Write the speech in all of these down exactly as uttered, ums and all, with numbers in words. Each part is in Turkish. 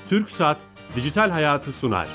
TürkSat Dijital Hayatı sunar.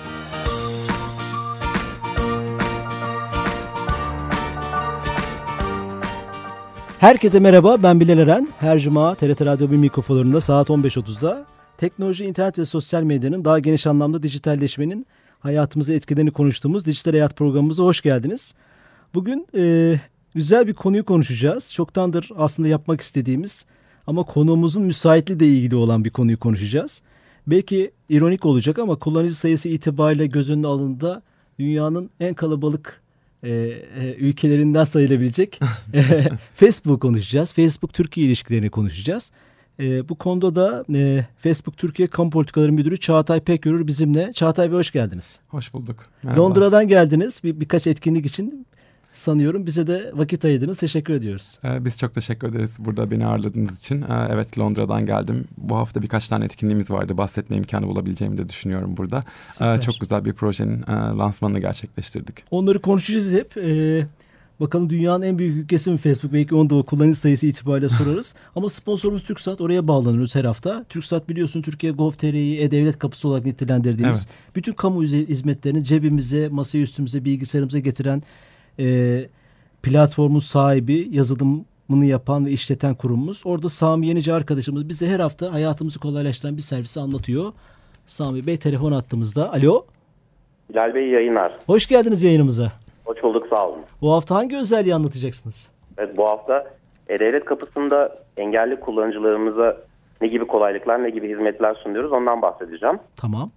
Herkese merhaba, ben Bilal Eren. Her cuma T R T Radyo bir mikrofonlarında saat on beş otuzda teknoloji, internet ve sosyal medyanın daha geniş anlamda dijitalleşmenin hayatımıza etkilerini konuştuğumuz Dijital Hayat programımıza hoş geldiniz. Bugün e, güzel bir konuyu konuşacağız. Çoktandır aslında yapmak istediğimiz ama konuğumuzun müsaitliğiyle ilgili olan bir konuyu konuşacağız. Belki ironik olacak ama kullanıcı sayısı itibariyle göz önüne alındığında dünyanın en kalabalık e, e, ülkelerinden sayılabilecek e, Facebook konuşacağız. Facebook Türkiye ilişkilerini konuşacağız. E, bu konuda da e, Facebook Türkiye Kamu Politikaları Müdürü Çağatay Pekyörür bizimle. Çağatay Bey, hoş geldiniz. Hoş bulduk. Merhabalar. Londra'dan geldiniz bir, birkaç etkinlik için. Sanıyorum bize de vakit ayırdınız. Teşekkür ediyoruz. Ee, biz çok teşekkür ederiz burada beni ağırladığınız için. Ee, evet, Londra'dan geldim. Bu hafta birkaç tane etkinliğimiz vardı. Bahsetme imkanı bulabileceğimi de düşünüyorum burada. Ee, çok güzel bir projenin e, lansmanını gerçekleştirdik. Onları konuşacağız hep. Ee, bakalım dünyanın en büyük ülkesi mi Facebook? Belki onu da kullanıcı sayısı itibariyle sorarız. Ama sponsorumuz TürkSat. Oraya bağlanıyoruz her hafta. TürkSat biliyorsun Türkiye Gov.tr'yi e-devlet kapısı olarak nitelendirdiğimiz evet. bütün kamu hizmetlerini cebimize, masaya üstümüze, bilgisayarımıza getiren E, platformun sahibi, yazılımını yapan ve işleten kurumumuz. Orada Sami Yenici arkadaşımız bize her hafta hayatımızı kolaylaştıran bir servisi anlatıyor. Sami Bey telefon attığımızda. Alo. Bilal Bey, yayınlar. Hoş geldiniz yayınımıza. Hoş bulduk, sağ olun. Bu hafta hangi özelliği anlatacaksınız? Evet, bu hafta e-devlet kapısında engelli kullanıcılarımıza ne gibi kolaylıklar, ne gibi hizmetler sunuyoruz, ondan bahsedeceğim. Tamam.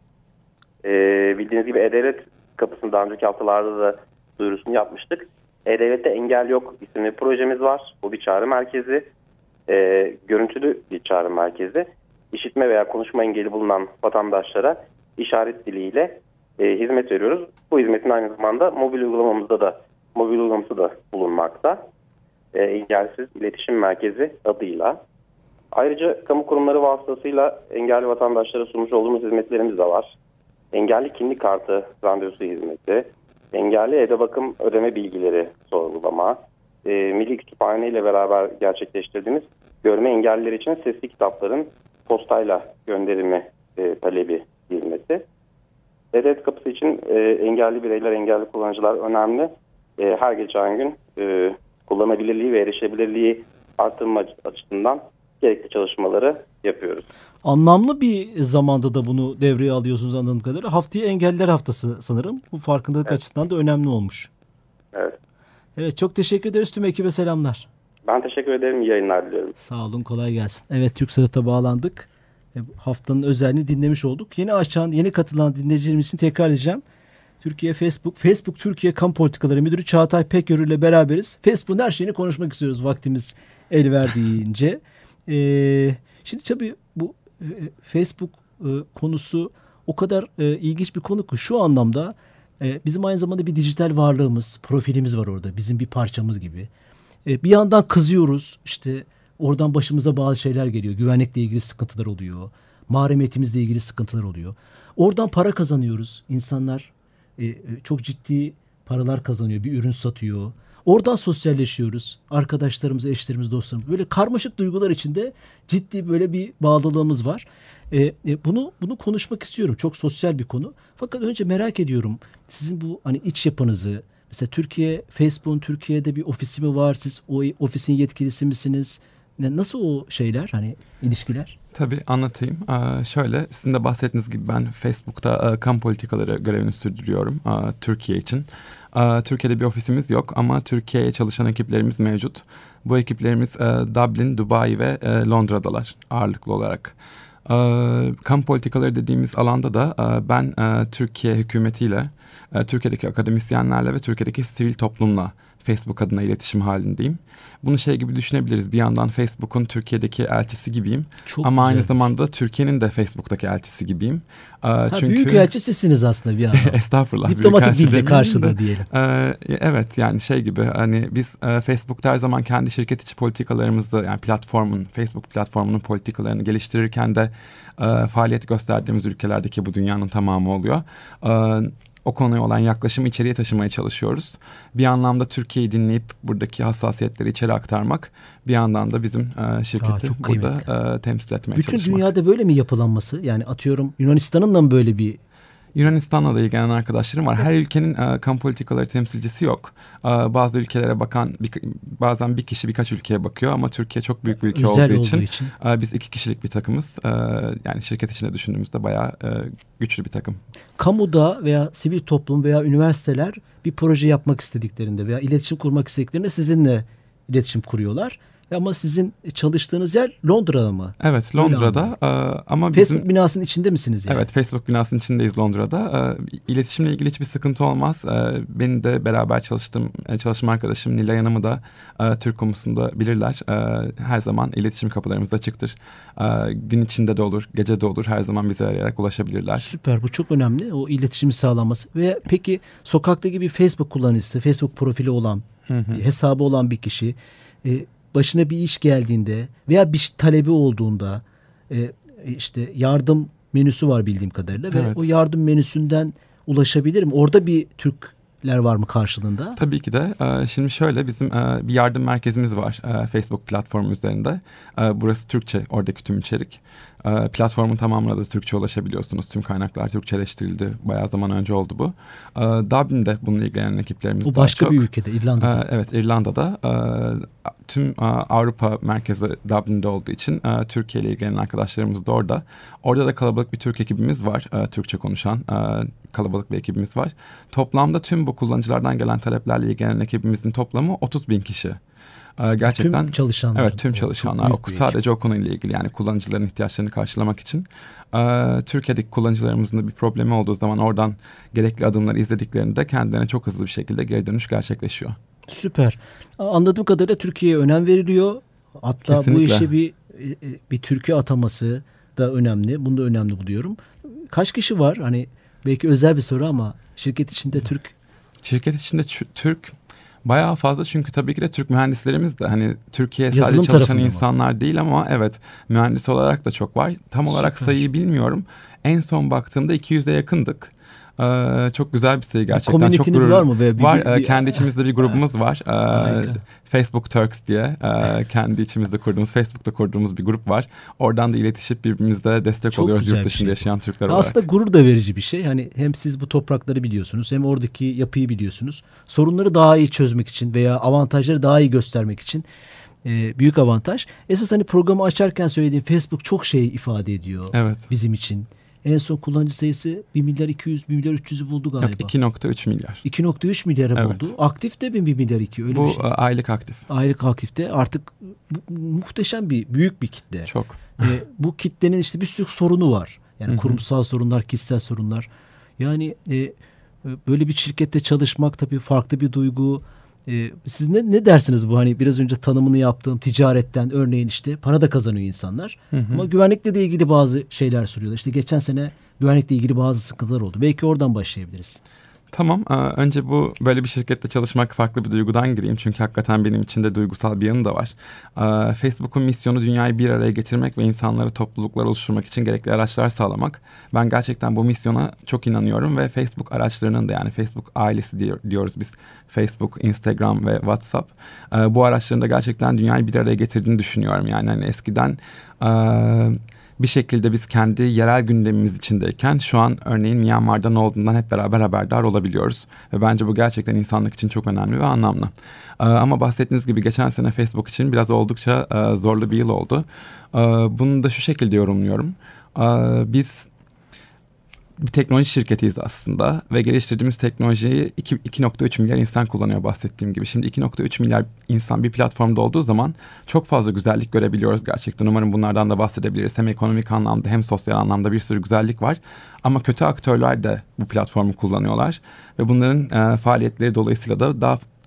Ee, bildiğiniz gibi e-devlet kapısında daha önceki haftalarda da duyurusunu yapmıştık. E-Devlet'te Engel Yok isimli bir projemiz var. Bu bir çağrı merkezi. E, görüntülü bir çağrı merkezi. İşitme veya konuşma engeli bulunan vatandaşlara işaret diliyle e, hizmet veriyoruz. Bu hizmetin aynı zamanda mobil uygulamamızda da mobil uygulaması da bulunmakta. E, Engelsiz İletişim Merkezi adıyla. Ayrıca kamu kurumları vasıtasıyla engelli vatandaşlara sunmuş olduğumuz hizmetlerimiz de var. Engelli kimlik kartı randevusu hizmeti, engelli evde bakım ödeme bilgileri sorgulama, e, Milli Kütüphane ile beraber gerçekleştirdiğimiz görme engelliler için sesli kitapların postayla gönderimi e, talebi hizmeti. E-Devlet kapısı için e, engelli bireyler, engelli kullanıcılar önemli. E, her geçen gün e, kullanabilirliği ve erişebilirliği artırma açısından gerekli çalışmaları yapıyoruz. Anlamlı bir zamanda da bunu devreye alıyorsunuz anladığım kadarıyla. Haftaya Engelliler Haftası sanırım. Bu farkındalık evet. açısından da önemli olmuş. Evet. Evet, çok teşekkür ederiz. Tüm ekibe selamlar. Ben teşekkür ederim. İyi yayınlar diliyorum. Sağ olun, kolay gelsin. Evet, TürkSat'a bağlandık. Haftanın özelliğini dinlemiş olduk. Yeni açan, yeni katılan dinleyicilerimiz için tekrar edeceğim. Türkiye Facebook, Facebook Türkiye Kamu Politikaları Müdürü Çağatay Pekyörür ile beraberiz. Facebook'un her şeyini konuşmak istiyoruz vaktimiz el verdiğince. Ee, şimdi tabii bu e, Facebook e, konusu o kadar e, ilginç bir konu ki şu anlamda e, bizim aynı zamanda bir dijital varlığımız, profilimiz var orada. Bizim bir parçamız gibi. E, bir yandan kızıyoruz. İşte oradan başımıza bazı şeyler geliyor. Güvenlikle ilgili sıkıntılar oluyor. Mahremiyetimizle ilgili sıkıntılar oluyor. Oradan para kazanıyoruz. İnsanlar e, e, çok ciddi paralar kazanıyor. Bir ürün satıyor. Oradan sosyalleşiyoruz. Arkadaşlarımız, eşlerimiz, dostlarımız. Böyle karmaşık duygular içinde ciddi böyle bir bağlılığımız var. E, e, bunu bunu konuşmak istiyorum. Çok sosyal bir konu. Fakat önce merak ediyorum. Sizin bu hani iç yapınızı. Mesela Türkiye, Facebook'un Türkiye'de bir ofisi mi var? Siz o ofisin yetkilisi misiniz? Nasıl o şeyler, hani ilişkiler? Tabii anlatayım. Ee, şöyle, sizin de bahsettiğiniz gibi ben Facebook'ta e, kamu politikaları görevini sürdürüyorum e, Türkiye için. E, Türkiye'de bir ofisimiz yok ama Türkiye'ye çalışan ekiplerimiz mevcut. Bu ekiplerimiz e, Dublin, Dubai ve e, Londra'dalar ağırlıklı olarak. E, kamu politikaları dediğimiz alanda da e, ben e, Türkiye hükümetiyle, e, Türkiye'deki akademisyenlerle ve Türkiye'deki sivil toplumla Facebook adına iletişim halindeyim. Bunu şey gibi düşünebiliriz. Bir yandan Facebook'un Türkiye'deki elçisi gibiyim. Çok ama güzel. Aynı zamanda da Türkiye'nin de Facebook'taki elçisi gibiyim. Ha, çünkü büyük elçi sizsiniz aslında bir yandan. Estağfurullah. Diplomatik değil de karşılığı diyelim. Ee, evet, yani şey gibi, hani biz e, Facebook'ta her zaman kendi şirket içi politikalarımızda, yani platformun, Facebook platformunun politikalarını geliştirirken de e, faaliyet gösterdiğimiz ülkelerdeki bu dünyanın tamamı oluyor. E, o konuya olan yaklaşımı içeriye taşımaya çalışıyoruz. Bir anlamda Türkiye'yi dinleyip buradaki hassasiyetleri içeri aktarmak, bir yandan da bizim e, şirketi Aa, burada e, temsil etmeye Bütün çalışmak. Bütün dünyada böyle mi yapılanması? Yani atıyorum Yunanistan'ın da mı böyle bir... Yunanistan'la da ilgilenen arkadaşlarım var. Her ülkenin e, kamu politikaları temsilcisi yok. E, bazı ülkelere bakan, bir, bazen bir kişi birkaç ülkeye bakıyor ama Türkiye çok büyük bir ülke Özel olduğu olduğu için, için. E, biz iki kişilik bir takımız. E, yani şirket içinde düşündüğümüzde bayağı e, güçlü bir takım. Kamuda veya sivil toplum veya üniversiteler bir proje yapmak istediklerinde veya iletişim kurmak istediklerinde sizinle iletişim kuruyorlar. Ama sizin çalıştığınız yer Londra'da mı? Evet, Londra'da e, ama Facebook bizim... binasının içinde misiniz yani? Evet, Facebook binasının içindeyiz Londra'da. E, iletişimle ilgili hiçbir sıkıntı olmaz. E, benim de beraber çalıştığım çalışma arkadaşım Nilay Hanım'ı da e, Türk Kamusu'nda bilirler. E, her zaman iletişim kapılarımız açıktır. E, gün içinde de olur, gece de olur. Her zaman bizi arayarak ulaşabilirler. Süper, bu çok önemli. O iletişimi sağlanması. Ve peki sokaktaki bir Facebook kullanıcısı, Facebook profili olan, Hı hı. bir hesabı olan bir kişi... E, başına bir iş geldiğinde veya bir talebi olduğunda e, işte yardım menüsü var bildiğim kadarıyla ve Evet. o yardım menüsünden ulaşabilirim. Orada bir Türkler var mı karşılığında? Tabii ki de. Ee, şimdi şöyle bizim e, bir yardım merkezimiz var e, Facebook platformu üzerinde. E, burası Türkçe, oradaki tüm içerik. E, platformun tamamına da Türkçe ulaşabiliyorsunuz. Tüm kaynaklar Türkçeleştirildi. Bayağı zaman önce oldu bu. E, Dublin'de bununla ilgilenen ekiplerimiz O daha başka çok. bir ülkede, İrlanda'da. E, evet, İrlanda'da. E, tüm e, Avrupa merkezi Dublin'de olduğu için e, Türkiye ile ilgilenen arkadaşlarımız da orada. Orada da kalabalık bir Türk ekibimiz var. E, Türkçe konuşan e, kalabalık bir ekibimiz var. Toplamda tüm bu kullanıcılardan gelen taleplerle ilgilenen ekibimizin toplamı otuz bin kişi. Ee, gerçekten tüm çalışanlar. Evet, tüm O, çalışanlar. O, sadece o konuyla ilgili, yani kullanıcıların ihtiyaçlarını karşılamak için. Ee, Türkiye'deki kullanıcılarımızın da bir problemi olduğu zaman oradan gerekli adımları izlediklerinde kendilerine çok hızlı bir şekilde geri dönüş gerçekleşiyor. Süper. Anladığım kadarıyla Türkiye'ye önem veriliyor. Hatta Kesinlikle. bu işe bir bir Türkiye ataması da önemli. Bunu da önemli buluyorum. Kaç kişi var? Hani belki özel bir soru ama şirket içinde Türk. Şirket içinde ç- Türk bayağı fazla, çünkü tabii ki de Türk mühendislerimiz de hani Türkiye Yazılım sadece çalışan tarafında mı? insanlar değil ama evet, mühendis olarak da çok var. Tam olarak Süper. sayıyı bilmiyorum. En son baktığımda iki yüze yakındık. Ee, çok güzel bir sayı gerçekten. Çok Community'niz gurur var mı? Ve bir- var. bir- Ee, bir- kendi içimizde bir grubumuz var. Ee, Harika. Facebook Turks diye e, kendi içimizde kurduğumuz, Facebook'ta kurduğumuz bir grup var. Oradan da iletişip birbirimize destek Çok oluyoruz güzel yurt bir dışında şey bu. yaşayan Türkler olarak. Aslında gurur da verici bir şey. Hani hem siz bu toprakları biliyorsunuz hem oradaki yapıyı biliyorsunuz. Sorunları daha iyi çözmek için veya avantajları daha iyi göstermek için e, büyük avantaj. Esas hani programı açarken söylediğim Facebook çok şey ifade ediyor Evet. bizim için. En son kullanıcı sayısı bir milyar iki yüz, bir milyar üç yüzü buldu galiba. Yok, iki nokta üç milyar. iki nokta üç milyara Evet. buldu. Aktif de bir milyar iki, öyle Bu bir şey. e, aylık aktif. Aylık aktifte artık bu- muhteşem bir, büyük bir kitle. Çok. E, bu kitlenin işte bir sürü sorunu var. Yani Hı hı. kurumsal sorunlar, kişisel sorunlar. Yani e, böyle bir şirkette çalışmak tabii farklı bir duygu. E, siz ne, ne dersiniz bu? Hani biraz önce tanımını yaptığım ticaretten örneğin işte para da kazanıyor insanlar. Hı hı. Ama güvenlikle de ilgili bazı şeyler soruyorlar. İşte geçen sene güvenlikle ilgili bazı sıkıntılar oldu. Belki oradan başlayabiliriz. Tamam. e, Önce bu böyle bir şirkette çalışmak farklı bir duygudan gireyim. Çünkü hakikaten benim için de duygusal bir yanı da var. E, Facebook'un misyonu dünyayı bir araya getirmek ve insanları topluluklar oluşturmak için gerekli araçlar sağlamak. Ben gerçekten bu misyona çok inanıyorum ve Facebook araçlarının da, yani Facebook ailesi diyor, diyoruz biz. Facebook, Instagram ve WhatsApp. E, bu araçların da gerçekten dünyayı bir araya getirdiğini düşünüyorum. Yani hani eskiden... E, bir şekilde biz kendi yerel gündemimiz içindeyken şu an örneğin Myanmar'da ne olduğundan hep beraber haberdar olabiliyoruz. Ve bence bu gerçekten insanlık için çok önemli ve anlamlı. Ee, ama bahsettiğiniz gibi geçen sene Facebook için biraz oldukça e, zorlu bir yıl oldu. Ee, bunu da şu şekilde yorumluyorum. Ee, biz bir teknoloji şirketiyiz aslında ve geliştirdiğimiz teknolojiyi iki nokta üç milyar insan kullanıyor bahsettiğim gibi. Şimdi iki nokta üç milyar insan bir platformda olduğu zaman çok fazla güzellik görebiliyoruz gerçekten. Umarım bunlardan da bahsedebiliriz. Hem ekonomik anlamda hem sosyal anlamda bir sürü güzellik var. Ama kötü aktörler de bu platformu kullanıyorlar ve bunların e, faaliyetleri dolayısıyla da daha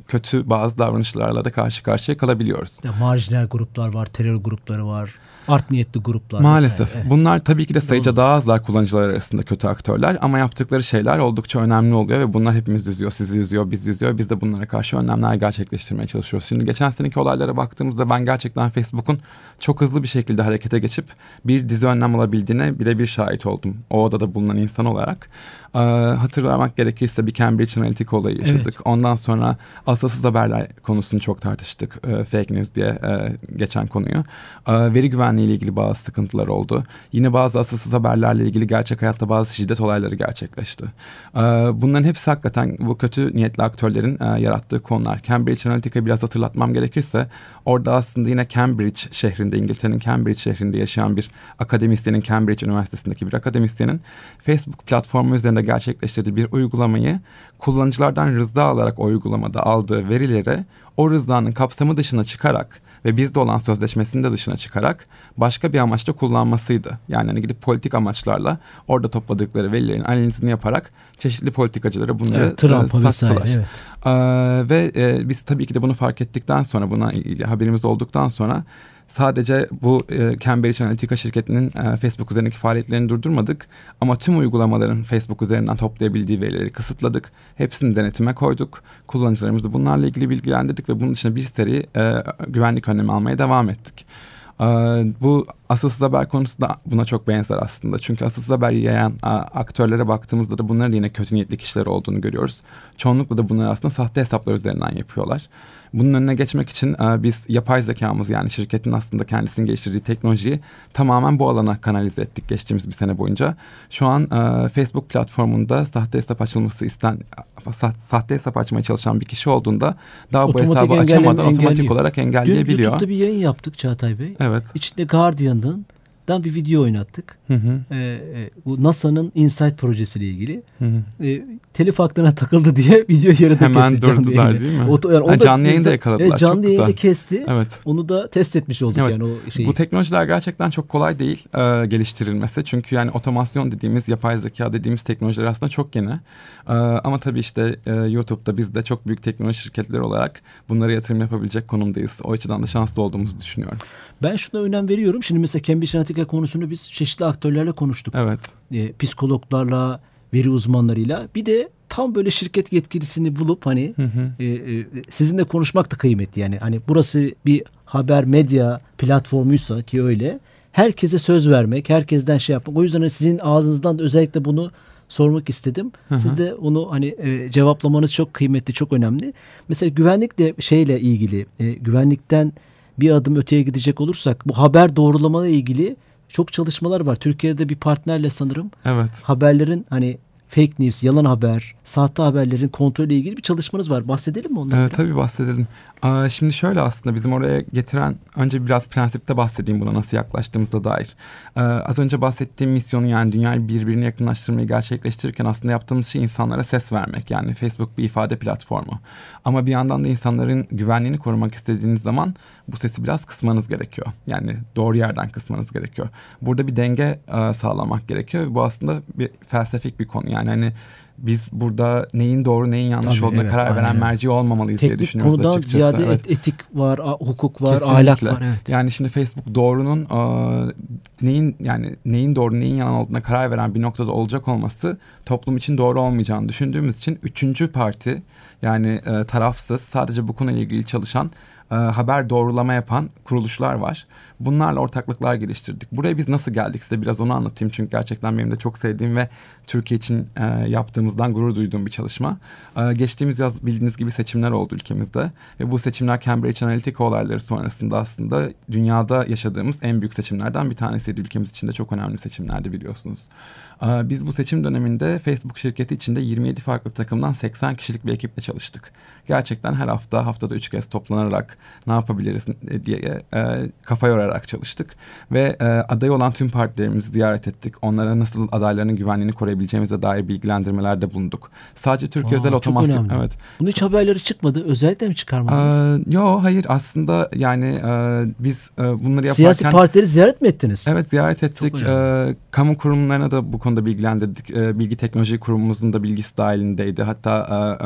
kötü bazı davranışlarla da karşı karşıya kalabiliyoruz. Ya, marjinal gruplar var, terör grupları var, art niyetli gruplar. Maalesef. Evet. Bunlar tabii ki de sayıca Doğru. daha azlar kullanıcılar arasında kötü aktörler ama yaptıkları şeyler oldukça önemli oluyor ve bunlar hepimiz üzüyor, sizi üzüyor, biz üzüyor. Biz de bunlara karşı önlemler gerçekleştirmeye çalışıyoruz. Şimdi geçen seneki olaylara baktığımızda ben gerçekten Facebook'un çok hızlı bir şekilde harekete geçip bir dizi önlem alabildiğine birebir şahit oldum. O odada bulunan insan olarak. Ee, hatırlamak gerekirse bir Cambridge Analytica olayı yaşadık. Evet. Ondan sonra asılsız haberler konusunu çok tartıştık. Ee, fake news diye e, geçen konuyu. Ee, veri güvenliği ile ilgili bazı sıkıntılar oldu. Yine bazı asılsız haberlerle ilgili gerçek hayatta bazı şiddet olayları gerçekleşti. Ee, bunların hepsi hakikaten bu kötü niyetli aktörlerin e, yarattığı konular. Cambridge Analytica'yı biraz hatırlatmam gerekirse orada aslında yine Cambridge şehrinde, İngiltere'nin Cambridge şehrinde yaşayan bir akademisyenin, Cambridge Üniversitesi'ndeki bir akademisyenin Facebook platformu üzerinde gerçekleştirdiği bir uygulamayı kullanıcılardan rıza alarak o uygulamada aldığı verileri o rızanın kapsamı dışına çıkarak ve bizde olan sözleşmesinin de dışına çıkarak başka bir amaçla kullanmasıydı. Yani hani gidip politik amaçlarla orada topladıkları verilerin analizini yaparak çeşitli politikacılara bunları evet, Trump'a e, sattılar. Vesaire, evet. Ee, ve e, biz tabii ki de bunu fark ettikten sonra, buna haberimiz olduktan sonra sadece bu e, Cambridge Analytica şirketinin e, Facebook üzerindeki faaliyetlerini durdurmadık. Ama tüm uygulamaların Facebook üzerinden toplayabildiği verileri kısıtladık. Hepsini denetime koyduk. Kullanıcılarımızı bunlarla ilgili bilgilendirdik ve bunun dışında bir seri e, güvenlik önlemi almaya devam ettik. E, bu asılsız haber konusu da buna çok benzer aslında. Çünkü asılsız haber yayan a, aktörlere baktığımızda da bunların yine kötü niyetli kişiler olduğunu görüyoruz. Çoğunlukla da bunları aslında sahte hesaplar üzerinden yapıyorlar. Bunun önüne geçmek için e, biz yapay zekamızı, yani şirketin aslında kendisinin geliştirdiği teknolojiyi tamamen bu alana kanalize ettik geçtiğimiz bir sene boyunca. Şu an e, Facebook platformunda sahte hesap açılması isten sa- sahte hesap açmaya çalışan bir kişi olduğunda daha Otomatik bu hesabı engelle- açamadan otomatik engelliyor. olarak Dün engelleyebiliyor. YouTube'da bir yayın yaptık Çağatay Bey. Evet. İçinde Guardian'dan bir video oynattık. Hı hı. Ee, e, bu NASA'nın InSight projesiyle ilgili. Hı hı. E, telif haklarına takıldı diye video yarıda Hemen kesti canlı durdular yayını. değil mi? O, yani Ha, canlı yayında yakaladılar. Evet, canlı çok yayında güzel. kesti. Evet. Onu da test etmiş olduk Evet. yani o şeyi. Bu teknolojiler gerçekten çok kolay değil e, geliştirilmesi. Çünkü yani otomasyon dediğimiz, yapay zeka dediğimiz teknolojiler aslında çok yeni. E, ama tabii işte e, YouTube'da biz de çok büyük teknoloji şirketleri olarak bunlara yatırım yapabilecek konumdayız. O açıdan da şanslı olduğumuzu düşünüyorum. Ben şuna önem veriyorum. Şimdi mesela Cambridge Analytica konusunu biz çeşitli aktörlerle konuştuk. Evet. E, psikologlarla, veri uzmanlarıyla. Bir de tam böyle şirket yetkilisini bulup hani Hı hı. e, e, sizinle konuşmak da kıymetli. Yani hani burası bir haber medya platformuysa ki öyle, herkese söz vermek, herkesten şey yapmak. O yüzden hani sizin ağzınızdan da özellikle bunu sormak istedim. Hı hı. Siz de onu hani e, cevaplamanız çok kıymetli, çok önemli. Mesela güvenlik de şeyle ilgili, e, güvenlikten bir adım öteye gidecek olursak bu haber doğrulamaya ilgili çok çalışmalar var. Türkiye'de bir partnerle sanırım Evet. haberlerin hani fake news, yalan haber, sahte haberlerin kontrolüyle ilgili bir çalışmanız var. Bahsedelim mi ondan Ee, biraz? tabii bahsedelim. Aa, şimdi şöyle, aslında bizim oraya getiren, önce biraz prensipte bahsedeyim buna nasıl yaklaştığımıza dair. Ee, az önce bahsettiğim misyonu, yani dünyayı birbirine yakınlaştırmayı gerçekleştirirken aslında yaptığımız şey insanlara ses vermek. Yani Facebook bir ifade platformu. Ama bir yandan da insanların güvenliğini korumak istediğiniz zaman bu sesi biraz kısmanız gerekiyor. Yani doğru yerden kısmanız gerekiyor. Burada bir denge e, sağlamak gerekiyor. Bu aslında bir felsefik bir konu. Yani hani biz burada neyin doğru neyin yanlış Tabii, olduğuna evet, karar veren aynen. merci olmamalıyız diye Teknik düşünüyoruz konudan açıkçası. ziyade Evet. et- etik var, a- hukuk var, Kesinlikle. ahlak var. Evet. Yani şimdi Facebook doğrunun e, neyin yani neyin doğru neyin yalan olduğuna karar veren bir noktada olacak olması toplum için doğru olmayacağını düşündüğümüz için üçüncü parti, yani e, tarafsız, sadece bu konuyla ilgili çalışan, e, haber doğrulama yapan kuruluşlar var. Bunlarla ortaklıklar geliştirdik. Buraya biz nasıl geldik, size biraz onu anlatayım. Çünkü gerçekten benim de çok sevdiğim ve Türkiye için e, yaptığımızdan gurur duyduğum bir çalışma. E, geçtiğimiz yaz bildiğiniz gibi seçimler oldu ülkemizde. Ve bu seçimler Cambridge Analytica olayları sonrasında aslında dünyada yaşadığımız en büyük seçimlerden bir tanesiydi. Ülkemiz için de çok önemli seçimlerdi, biliyorsunuz. E, biz bu seçim döneminde Facebook şirketi içinde yirmi yedi farklı takımdan seksen kişilik bir ekiple çalıştık. Gerçekten her hafta, haftada üç kez toplanarak ne yapabiliriz diye e, kafa yorarak çalıştık. Ve e, aday olan tüm partilerimizi ziyaret ettik. Onlara nasıl adaylarının güvenliğini koruyabileceğimize dair bilgilendirmelerde bulunduk. Sadece Türkiye Aa, özel çok otomasyon. önemli. Evet. Bunun hiç haberleri çıkmadı. Özellikle mi çıkarmadınız? Ee, yo hayır, aslında yani e, biz e, bunları yaparken... Siyasi partileri ziyaret mi ettiniz? Evet, ziyaret ettik. Çok Ee, kamu kurumlarına da bu konuda bilgilendirdik. Ee, Bilgi Teknoloji Kurumumuzun da bilgisi dahilindeydi. Hatta e, e,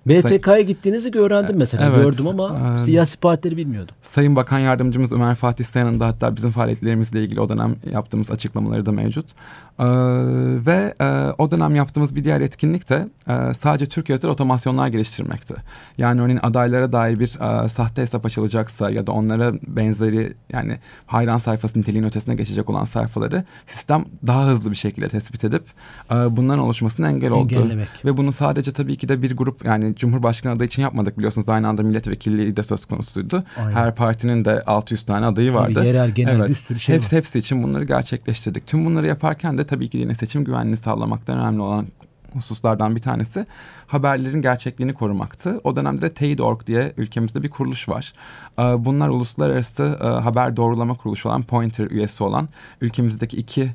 B T K'ya gittiğinizi öğrendim mesela. Evet. Gördüm ama Ee, siyasi partileri bilmiyordum. Sayın Bakan Yardımcımız Ömer Fatih Sayan'ın da hatta bizim faaliyetlerimizle ilgili o dönem yaptığımız açıklamaları da mevcut. Ee, ve e, o dönem yaptığımız bir diğer etkinlik de e, sadece Türkiye özel otomasyonlar geliştirmekti. Yani örneğin adaylara dair bir e, sahte hesap açılacaksa ya da onlara benzeri yani hayran sayfası niteliğin ötesine geçecek olan sayfaları sistem daha hızlı bir şekilde tespit edip e, bunların oluşmasına engel oldu. Engellemek. Ve bunu sadece tabii ki de bir grup yani Cumhurbaşkanı adayı için yapmadık, biliyorsunuz aynı anda milletvekilliği de söz konusuydu. Aynen. Her partinin de altı yüz tane adayı vardı. Tabii yerel genel evet. bir sürü şey hepsi, var. Hepsi için bunları gerçekleştirdik. Tüm bunları yaparken de tabii ki yine seçim güvenliğini sağlamaktan önemli olan hususlardan bir tanesi haberlerin gerçekliğini korumaktı. O dönemde de Teyit nokta org diye ülkemizde bir kuruluş var. Bunlar uluslararası haber doğrulama kuruluşu olan Pointer üyesi olan ülkemizdeki iki,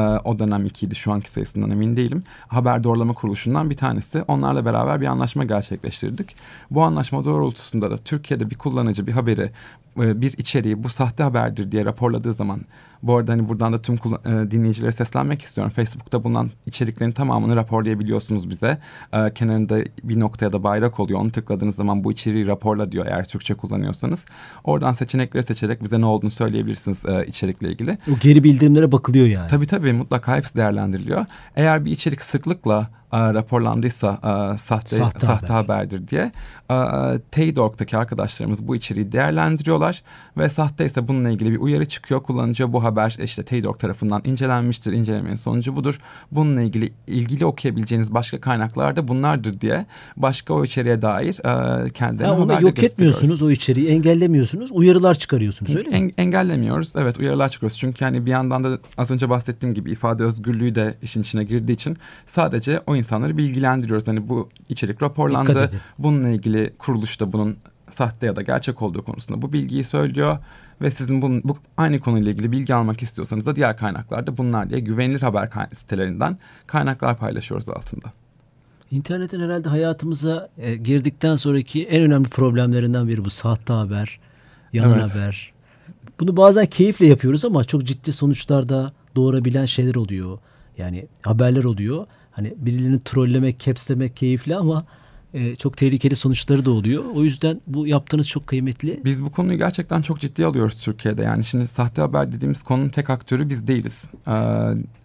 o dönem ikiydi, şu anki sayısından emin değilim, haber doğrulama kuruluşundan bir tanesi. Onlarla beraber bir anlaşma gerçekleştirdik. Bu anlaşma doğrultusunda da Türkiye'de bir kullanıcı bir haberi, bir içeriği bu sahte haberdir diye raporladığı zaman, bu arada hani buradan da tüm kullan- dinleyicilere seslenmek istiyorum. Facebook'ta bulunan içeriklerin tamamını raporlayabiliyorsunuz bize. E, kenarında bir nokta ya da bayrak oluyor. Onu tıkladığınız zaman bu içeriği raporla diyor eğer Türkçe kullanıyorsanız. Oradan seçenekleri seçerek bize ne olduğunu söyleyebilirsiniz e, içerikle ilgili. O geri bildirimlere bakılıyor yani. Tabii tabii mutlaka hepsi değerlendiriliyor. Eğer bir içerik sıklıkla a, raporlandıysa a, sahte, Sahte sahte haber. haberdir diye Teyit nokta org'daki arkadaşlarımız bu içeriği değerlendiriyorlar ve sahte ise bununla ilgili bir uyarı çıkıyor. Kullanıcıya bu haber işte Teyit nokta org tarafından incelenmiştir. İncelemenin sonucu budur. Bununla ilgili ilgili okuyabileceğiniz başka kaynaklar da bunlardır diye başka o içeriğe dair e, kendilerine Ha, onu haber yok de etmiyorsunuz, o içeriği engellemiyorsunuz, uyarılar çıkarıyorsunuz, öyle mi? En, engellemiyoruz. Evet, uyarılar çıkıyoruz. Çünkü hani bir yandan da az önce bahsettiğim gibi ifade özgürlüğü de işin içine girdiği için sadece o insanları bilgilendiriyoruz. Hani bu içerik raporlandı. Bununla ilgili kuruluş da bunun sahte ya da gerçek olduğu konusunda bu bilgiyi söylüyor ve sizin bunun, bu aynı konuyla ilgili bilgi almak istiyorsanız da diğer kaynaklarda bunlar diye güvenilir haber kay- sitelerinden kaynaklar paylaşıyoruz altında. İnternetin herhalde hayatımıza e, girdikten sonraki en önemli problemlerinden biri bu sahte haber, yalan Evet. haber. Bunu bazen keyifle yapıyoruz ama çok ciddi sonuçlar da doğurabilen şeyler oluyor. Yani haberler oluyor. Hani birilerini trollemek, capslemek keyifli ama e, çok tehlikeli sonuçları da oluyor. O yüzden bu yaptığınız çok kıymetli. Biz bu konuyu gerçekten çok ciddiye alıyoruz Türkiye'de. Yani şimdi sahte haber dediğimiz konunun tek aktörü biz değiliz. Ee,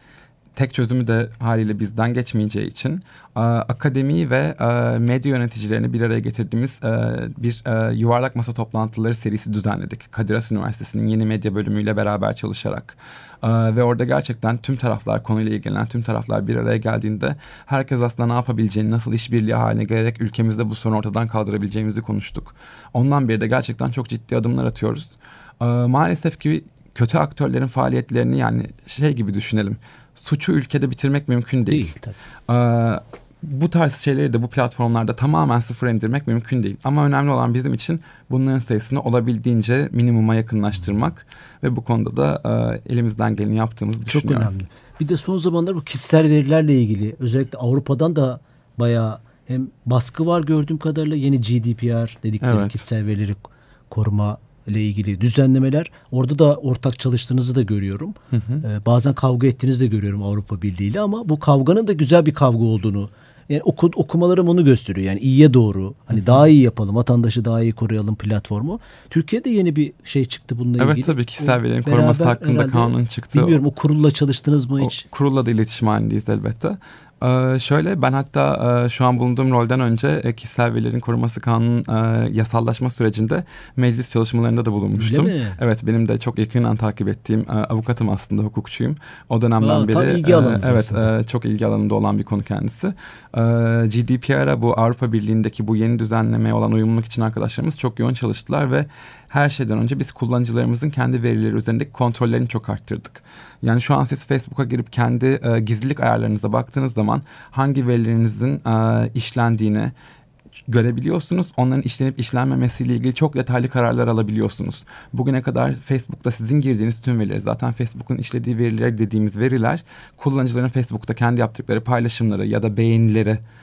tek çözümü de haliyle bizden geçmeyeceği için e, akademiyi ve e, medya yöneticilerini bir araya getirdiğimiz e, bir e, yuvarlak masa toplantıları serisi düzenledik. Kadir Has Üniversitesi'nin yeni medya bölümüyle beraber çalışarak. E, ve orada gerçekten tüm taraflar, konuyla ilgilenen tüm taraflar bir araya geldiğinde herkes aslında ne yapabileceğini, nasıl işbirliği haline gelerek ülkemizde bu sorunu ortadan kaldırabileceğimizi konuştuk. Ondan beri de gerçekten çok ciddi adımlar atıyoruz. E, maalesef ki kötü aktörlerin faaliyetlerini yani şey gibi düşünelim. Suçu ülkede bitirmek mümkün değil. Değil tabii. Ee, bu tarz şeyleri de bu platformlarda tamamen sıfıra indirmek mümkün değil. Ama önemli olan bizim için bunların sayısını olabildiğince minimuma yakınlaştırmak ve bu konuda da e, elimizden geleni yaptığımızı Çok düşünüyorum. önemli. Bir de son zamanlar bu kişisel verilerle ilgili özellikle Avrupa'dan da bayağı hem baskı var gördüğüm kadarıyla, yeni G D P R dedikleri Evet. kişisel verileri koruma ile ilgili düzenlemeler. Orada da ortak çalıştığınızı da görüyorum. Hı hı. Ee, bazen kavga ettiğinizi de görüyorum Avrupa Birliği ile ama bu kavganın da güzel bir kavga olduğunu, yani oku, okumalarım onu gösteriyor. Yani iyiye doğru. Hani hı hı. daha iyi yapalım, vatandaşı daha iyi koruyalım platformu. Türkiye'de yeni bir şey çıktı bununla Evet, ilgili. tabii kişisel O verilerin beraber koruması hakkında herhalde, kanun çıktı. Bilmiyorum, o kurulla çalıştınız mı O, hiç? kurulla da iletişim halindeyiz elbette. Ee, şöyle ben hatta e, şu an bulunduğum rolden önce e, kişisel verilerin koruması kanunun e, yasallaşma sürecinde meclis çalışmalarında da bulunmuştum. Öyle mi? Evet, benim de çok yakından takip ettiğim e, avukatım aslında, hukukçuyum. O dönemden Aa, beri tam ilgi alanınız e, evet aslında. e, çok ilgi alanımda olan bir konu kendisi. E, G D P R'a, bu Avrupa Birliği'ndeki bu yeni düzenlemeye olan uyumluluk için arkadaşlarımız çok yoğun çalıştılar ve her şeyden önce biz kullanıcılarımızın kendi verileri üzerindeki kontrollerini çok arttırdık. Yani şu an siz Facebook'a girip kendi e, gizlilik ayarlarınıza baktığınız zaman hangi verilerinizin e, işlendiğini görebiliyorsunuz. Onların işlenip işlenmemesiyle ilgili çok detaylı kararlar alabiliyorsunuz. Bugüne kadar Facebook'ta sizin girdiğiniz tüm veriler, zaten Facebook'un işlediği veriler dediğimiz veriler, kullanıcıların Facebook'ta kendi yaptıkları paylaşımları ya da beğenileri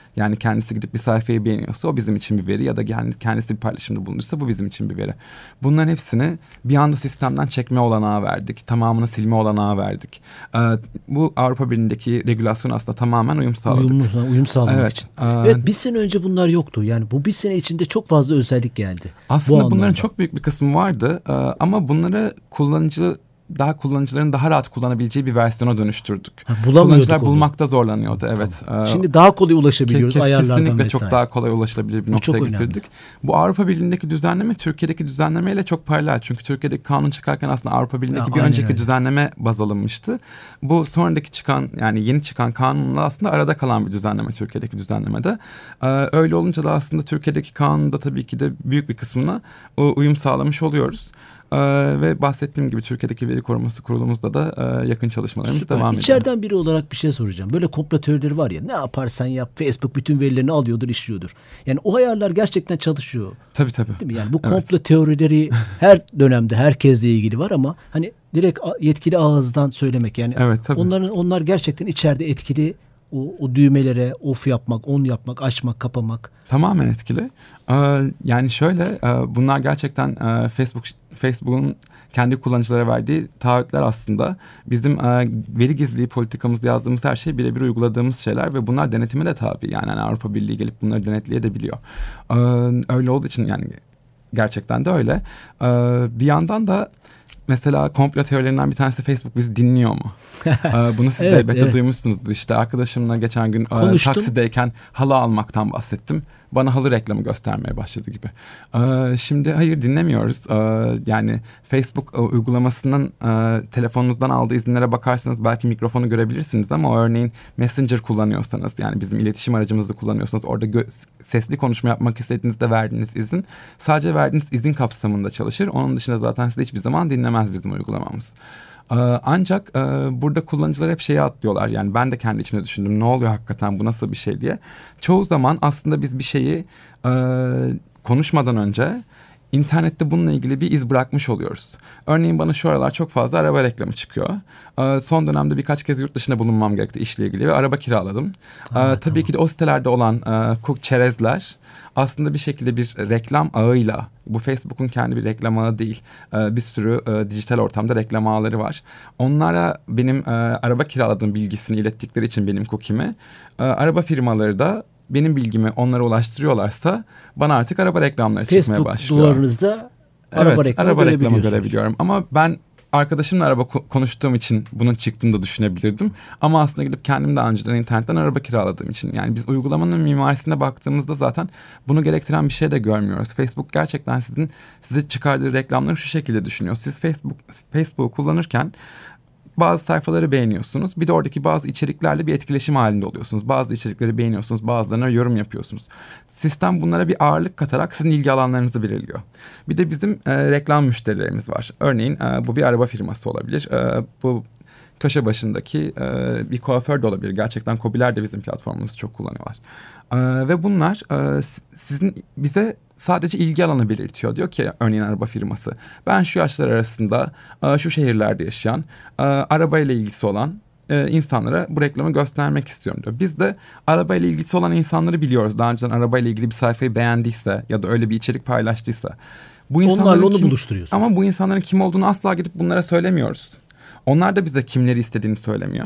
Yani kendisi gidip bir sayfayı beğeniyorsa o bizim için bir veri ya da kendisi bir paylaşımda bulunursa bu bizim için bir veri. Bunların hepsini bir anda sistemden çekme olanağı verdik. Tamamını silme olanağı verdik. Ee, bu Avrupa Birliği'ndeki regülasyon aslında tamamen uyum sağladık. Uyum, uyum sağlamak evet, için. E, evet, bir sene önce bunlar yoktu. Yani bu bir sene içinde çok fazla özellik geldi. Aslında bu bunların anlamda. çok büyük bir kısmı vardı. Ee, ama bunları kullanıcı daha kullanıcıların daha rahat kullanabileceği bir versiyona dönüştürdük. Ha, Kullanıcılar onu. bulmakta zorlanıyordu. Evet. Tamam. Şimdi daha kolay ulaşabiliyoruz Kes, ayarlardan kesinlikle vesaire. çok daha kolay ulaşılabilir bir Bu noktaya çok getirdik. önemli. Bu Avrupa Birliği'ndeki düzenleme Türkiye'deki düzenlemeyle çok paralel. Çünkü Türkiye'deki kanun çıkarken aslında Avrupa Birliği'ndeki ya, bir önceki öyle. düzenleme baz alınmıştı. Bu sonraki çıkan yani yeni çıkan kanunla aslında arada kalan bir düzenleme Türkiye'deki düzenlemede. Ee, öyle olunca da aslında Türkiye'deki kanunda tabii ki de büyük bir kısmına uyum sağlamış oluyoruz. Ee, ve bahsettiğim gibi Türkiye'deki veri koruması kurulumuzda da e, yakın çalışmalarımız Süper. devam ediyor. İçeriden biri olarak bir şey soracağım. Böyle komplo teorileri var ya, ne yaparsan yap Facebook bütün verilerini alıyordur, işliyordur. Yani o ayarlar gerçekten çalışıyor. Tabii tabii. Değil mi? Yani bu Evet. komplo teorileri her dönemde herkesle ilgili var ama hani direkt yetkili ağızdan söylemek yani Evet, tabii. onların onlar gerçekten içeride etkili. O, o düğmelere off yapmak, on yapmak, açmak, kapamak. Tamamen etkili. Ee, yani şöyle e, bunlar gerçekten e, Facebook Facebook'un kendi kullanıcılara verdiği taahhütler aslında. Bizim e, veri gizliliği politikamızda yazdığımız her şey birebir uyguladığımız şeyler ve bunlar denetime de tabi. Yani hani Avrupa Birliği gelip bunları denetleyebiliyor. Ee, öyle olduğu için yani gerçekten de öyle. Ee, bir yandan da mesela komplo teorilerinden bir tanesi Facebook bizi dinliyor mu? ee, bunu siz de Evet, elbette evet. duymuşsunuzdur. İşte arkadaşımla geçen gün e, Konuştum. taksideyken halı almaktan bahsettim. Bana halı reklamı göstermeye başladı gibi. Ee, şimdi hayır dinlemiyoruz. Ee, yani Facebook e, uygulamasının e, telefonunuzdan aldığı izinlere bakarsanız belki mikrofonu görebilirsiniz ama örneğin Messenger kullanıyorsanız yani bizim iletişim aracımızı kullanıyorsanız orada gö- sesli konuşma yapmak istediğinizde verdiğiniz izin sadece verdiğiniz izin kapsamında çalışır. Onun dışında zaten sizi hiçbir zaman dinlemez bizim uygulamamız. Ee, ancak e, burada kullanıcılar hep şeyi atlıyorlar. Yani ben de kendi içimde düşündüm. Ne oluyor hakikaten bu nasıl bir şey diye. Çoğu zaman aslında biz bir şeyi e, konuşmadan önce internette bununla ilgili bir iz bırakmış oluyoruz. Örneğin bana şu aralar çok fazla araba reklamı çıkıyor. Ee, son dönemde birkaç kez yurt dışında bulunmam gerekti işle ilgili ve araba kiraladım. Tamam, ee, tabii tamam. ki de o sitelerde olan e, cook çerezler aslında bir şekilde bir reklam ağıyla, bu Facebook'un kendi bir reklam ağı değil, e, bir sürü e, dijital ortamda reklam ağları var. Onlara benim e, araba kiraladığım bilgisini ilettikleri için benim cookie'mi, e, araba firmaları da benim bilgimi onlara ulaştırıyorlarsa bana artık araba reklamları çıkmaya Facebook başlıyor. duvarınızda araba Evet, reklamı araba reklamı görebiliyorsunuz. görebiliyorum ama ben arkadaşımla araba ko- konuştuğum için bunun çıktığını da düşünebilirdim. Ama aslında gidip kendim daha önceden internetten araba kiraladığım için. Yani biz uygulamanın mimarisine baktığımızda zaten bunu gerektiren bir şey de görmüyoruz. Facebook gerçekten sizin size çıkardığı reklamları şu şekilde düşünüyor. Siz Facebook Facebook'u kullanırken bazı sayfaları beğeniyorsunuz. Bir de oradaki bazı içeriklerle bir etkileşim halinde oluyorsunuz. Bazı içerikleri beğeniyorsunuz, bazılarına yorum yapıyorsunuz. Sistem bunlara bir ağırlık katarak sizin ilgi alanlarınızı belirliyor. Bir de bizim e, reklam müşterilerimiz var. Örneğin e, bu bir araba firması olabilir. E, bu köşe başındaki e, bir kuaför de olabilir. Gerçekten KOBİ'ler de bizim platformumuzu çok kullanıyorlar. E, ve bunlar e, sizin bize sadece ilgi alanı belirtiyor. Diyor ki örneğin araba firması. Ben şu yaşlar arasında şu şehirlerde yaşayan arabayla ilgisi olan insanlara bu reklamı göstermek istiyorum diyor. Biz de arabayla ilgisi olan insanları biliyoruz. Daha önceden arabayla ilgili bir sayfayı beğendiyse ya da öyle bir içerik paylaştıysa. Bu onlarla onu kim, buluşturuyorsun. Ama bu insanların kim olduğunu asla gidip bunlara söylemiyoruz. Onlar da bize kimleri istediğini söylemiyor.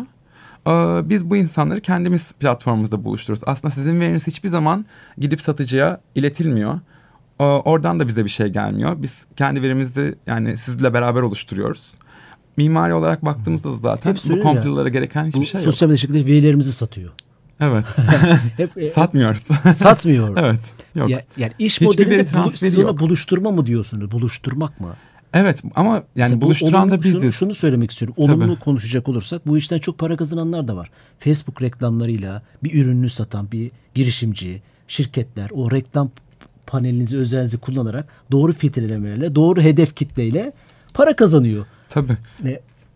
Biz bu insanları kendimiz platformumuzda buluşturuyoruz. Aslında sizin veriniz hiçbir zaman gidip satıcıya iletilmiyor. Oradan da bize bir şey gelmiyor. Biz kendi verimizi yani sizle beraber oluşturuyoruz. Mimari olarak baktığımızda zaten bu komplolara gereken hiçbir bu şey yok. Sosyal medya şekilde verilerimizi satıyor. Evet. Hep, Satmıyoruz. Satmıyor. Evet. Yok. Ya, yani iş Hiçbir modelinde veri bulu, transferi siz ona yok. buluşturma mı diyorsunuz? Buluşturmak mı? Evet ama yani Mesela buluşturan da biziz. Şunu, şunu söylemek istiyorum. Olumlu Tabii. konuşacak olursak bu işten çok para kazananlar da var. Facebook reklamlarıyla bir ürününü satan bir girişimci, şirketler o reklam panelinizi, özelinizi kullanarak doğru filtrelemelerle, doğru hedef kitleyle para kazanıyor. Tabii. Ne?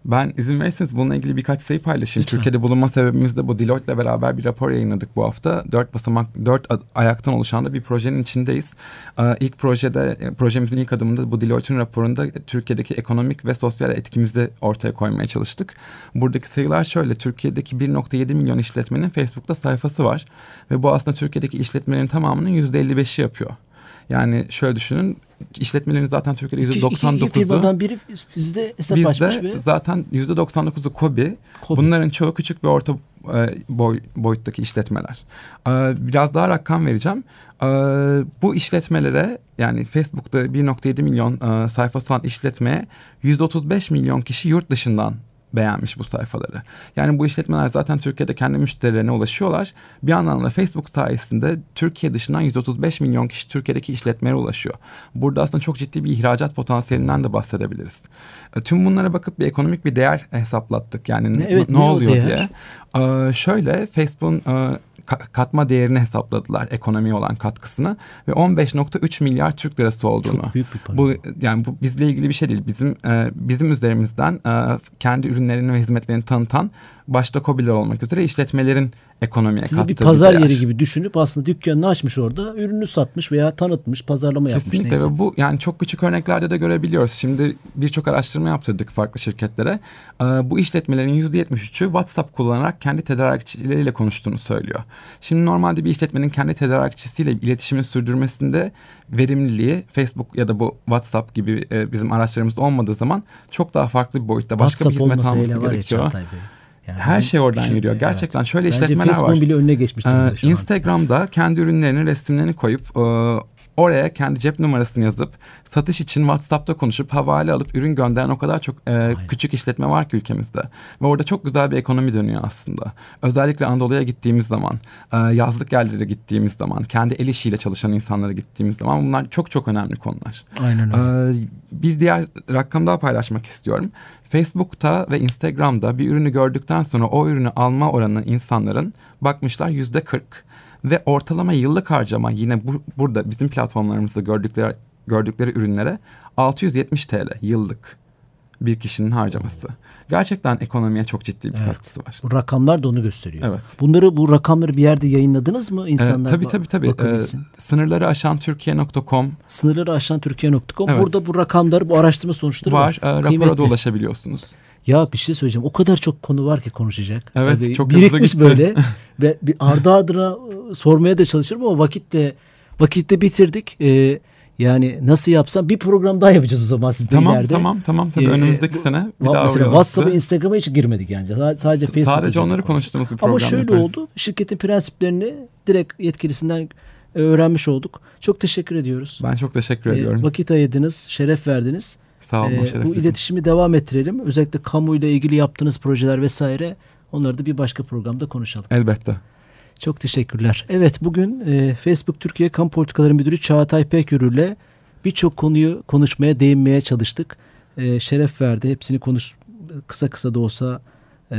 Ben izin verirseniz bununla ilgili birkaç sayı paylaşayım. Lütfen. Türkiye'de bulunma sebebimiz de bu. Deloitte'le beraber bir rapor yayınladık bu hafta. Dört basamak, dört ayaktan oluşan da bir projenin içindeyiz. Ee, ilk projede, projemizin ilk adımında bu Deloitte'in raporunda Türkiye'deki ekonomik ve sosyal etkimizi ortaya koymaya çalıştık. Buradaki sayılar şöyle. Türkiye'deki bir nokta yedi milyon işletmenin Facebook'ta sayfası var. Ve bu aslında Türkiye'deki işletmelerin tamamının yüzde elli beşi yapıyor. Yani şöyle düşünün, işletmelerin zaten Türkiye'de yüzde doksan dokuzu. İki firmadan biri bizde hesap açmış Bizde ve zaten yüzde doksan dokuzu KOBİ. KOBİ. Bunların çoğu küçük ve orta e, boy, boyuttaki işletmeler. E, biraz daha rakam vereceğim. E, bu işletmelere, yani Facebook'ta bir nokta yedi milyon e, sayfası olan işletmeye yüz otuz beş milyon kişi yurt dışından beğenmiş bu sayfaları. Yani bu işletmeler zaten Türkiye'de kendi müşterilerine ulaşıyorlar. Bir yandan da Facebook sayesinde Türkiye dışından yüz otuz beş milyon kişi Türkiye'deki işletmelere ulaşıyor. Burada aslında çok ciddi bir ihracat potansiyelinden de bahsedebiliriz. Tüm bunlara bakıp bir ekonomik bir değer hesaplattık. Yani ne, evet, ne, ne oluyor değer? diye. Ee, şöyle Facebook'un e, katma değerini hesapladılar, ekonomiye olan katkısını ve on beş nokta üç milyar Türk lirası olduğunu. Çok büyük bir para. Bu yani bu bizle ilgili bir şey değil. Bizim e, bizim üzerimizden e, kendi ürünlerini ve hizmetlerini tanıtan, başta KOBİ'ler olmak üzere işletmelerin ekonomiye Sizi kattığı bir pazar bir değer. yeri gibi düşünüp aslında dükkanını açmış orada, ürünü satmış veya tanıtmış, pazarlama yapmış. Kesinlikle Neyse. ve bu yani çok küçük örneklerde de görebiliyoruz. Şimdi birçok araştırma yaptırdık farklı şirketlere. Ee, bu işletmelerin yüzde yetmiş üçü WhatsApp kullanarak kendi tedarikçileriyle konuştuğunu söylüyor. Şimdi normalde bir işletmenin kendi tedarikçisiyle iletişimi sürdürmesinde verimliliği Facebook ya da bu WhatsApp gibi e, bizim araçlarımızda olmadığı zaman çok daha farklı bir boyutta başka WhatsApp bir hizmet olmasa alması hele var ya gerekiyor. Çağatay Bey. Yani Her şey oradan şey- yürüyor. evet. Gerçekten şöyle Bence işletmeler var. Facebook'un bile önüne geçmiş durumda Ee, şu an. Instagram'da kendi ürünlerinin resimlerini koyup e, oraya kendi cep numarasını yazıp satış için WhatsApp'ta konuşup havale alıp ürün gönderen o kadar çok e, küçük işletme var ki ülkemizde. Ve orada çok güzel bir ekonomi dönüyor aslında. Özellikle Anadolu'ya gittiğimiz zaman, e, yazlık yerlere gittiğimiz zaman, kendi el işiyle çalışan insanlara gittiğimiz zaman bunlar çok çok önemli konular. Aynen öyle. Ee, bir diğer rakam daha paylaşmak istiyorum. Facebook'ta ve Instagram'da bir ürünü gördükten sonra o ürünü alma oranı insanların bakmışlar yüzde kırk. Ve ortalama yıllık harcama yine bu, burada bizim platformlarımızda gördükleri, gördükleri ürünlere altı yüz yetmiş TL yıllık bir kişinin harcaması. Gerçekten ekonomiye çok ciddi bir Evet. katkısı var. Bu rakamlar da onu gösteriyor. Evet. Bunları, bu rakamları bir yerde yayınladınız mı? İnsanlar Ee, tabii ba- tabii tabii. bakabilsin. Ee, sınırları aşan Türkiye nokta com Sınırları aşan Türkiye nokta com. Evet. Burada bu rakamları, bu araştırma sonuçları var. var. Ee, Kıymetli. rapora da ulaşabiliyorsunuz. Ya bir şey söyleyeceğim. O kadar çok konu var ki konuşacak. Evet, Tabii çok hızlı birikmiş gitti. böyle. Ve bir ardı ardına e, sormaya da çalışıyorum ama vakitte vakitte bitirdik. Ee, yani nasıl yapsam, bir program daha yapacağız o zaman sizle Tamam ileride. tamam tamam tabii Ee, önümüzdeki bu- sene bir Va- daha mesela uğrayalım WhatsApp'a, size. Instagram'a hiç girmedik yani. Sadece Facebook. Sadece üzerinde onları konuştuk. konuştuğumuz bir Ama program şöyle yaparız. oldu. Şirketin prensiplerini direkt yetkilisinden e, öğrenmiş olduk. Çok teşekkür ediyoruz. Ben çok teşekkür Ee, ediyorum. vakit ayırdınız, şeref verdiniz. Sağ olun. Ee, şeref bu bizim. iletişimi devam ettirelim. Özellikle kamuyla ilgili yaptığınız projeler vesaire, onları da bir başka programda konuşalım. Elbette. Çok teşekkürler. Evet, bugün e, Facebook Türkiye Kamu Politikaları Müdürü Çağatay Pekyürü ile birçok konuyu konuşmaya, değinmeye çalıştık. E, şeref verdi. Hepsini konuş, kısa kısa da olsa e,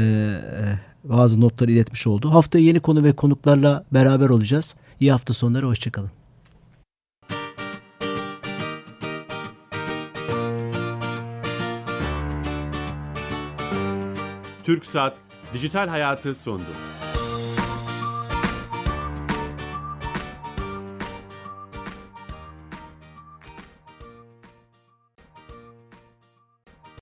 e, bazı notları iletmiş oldu. Haftaya yeni konu ve konuklarla beraber olacağız. İyi hafta sonları, hoşçakalın. TürkSat Dijital Hayatı sundu.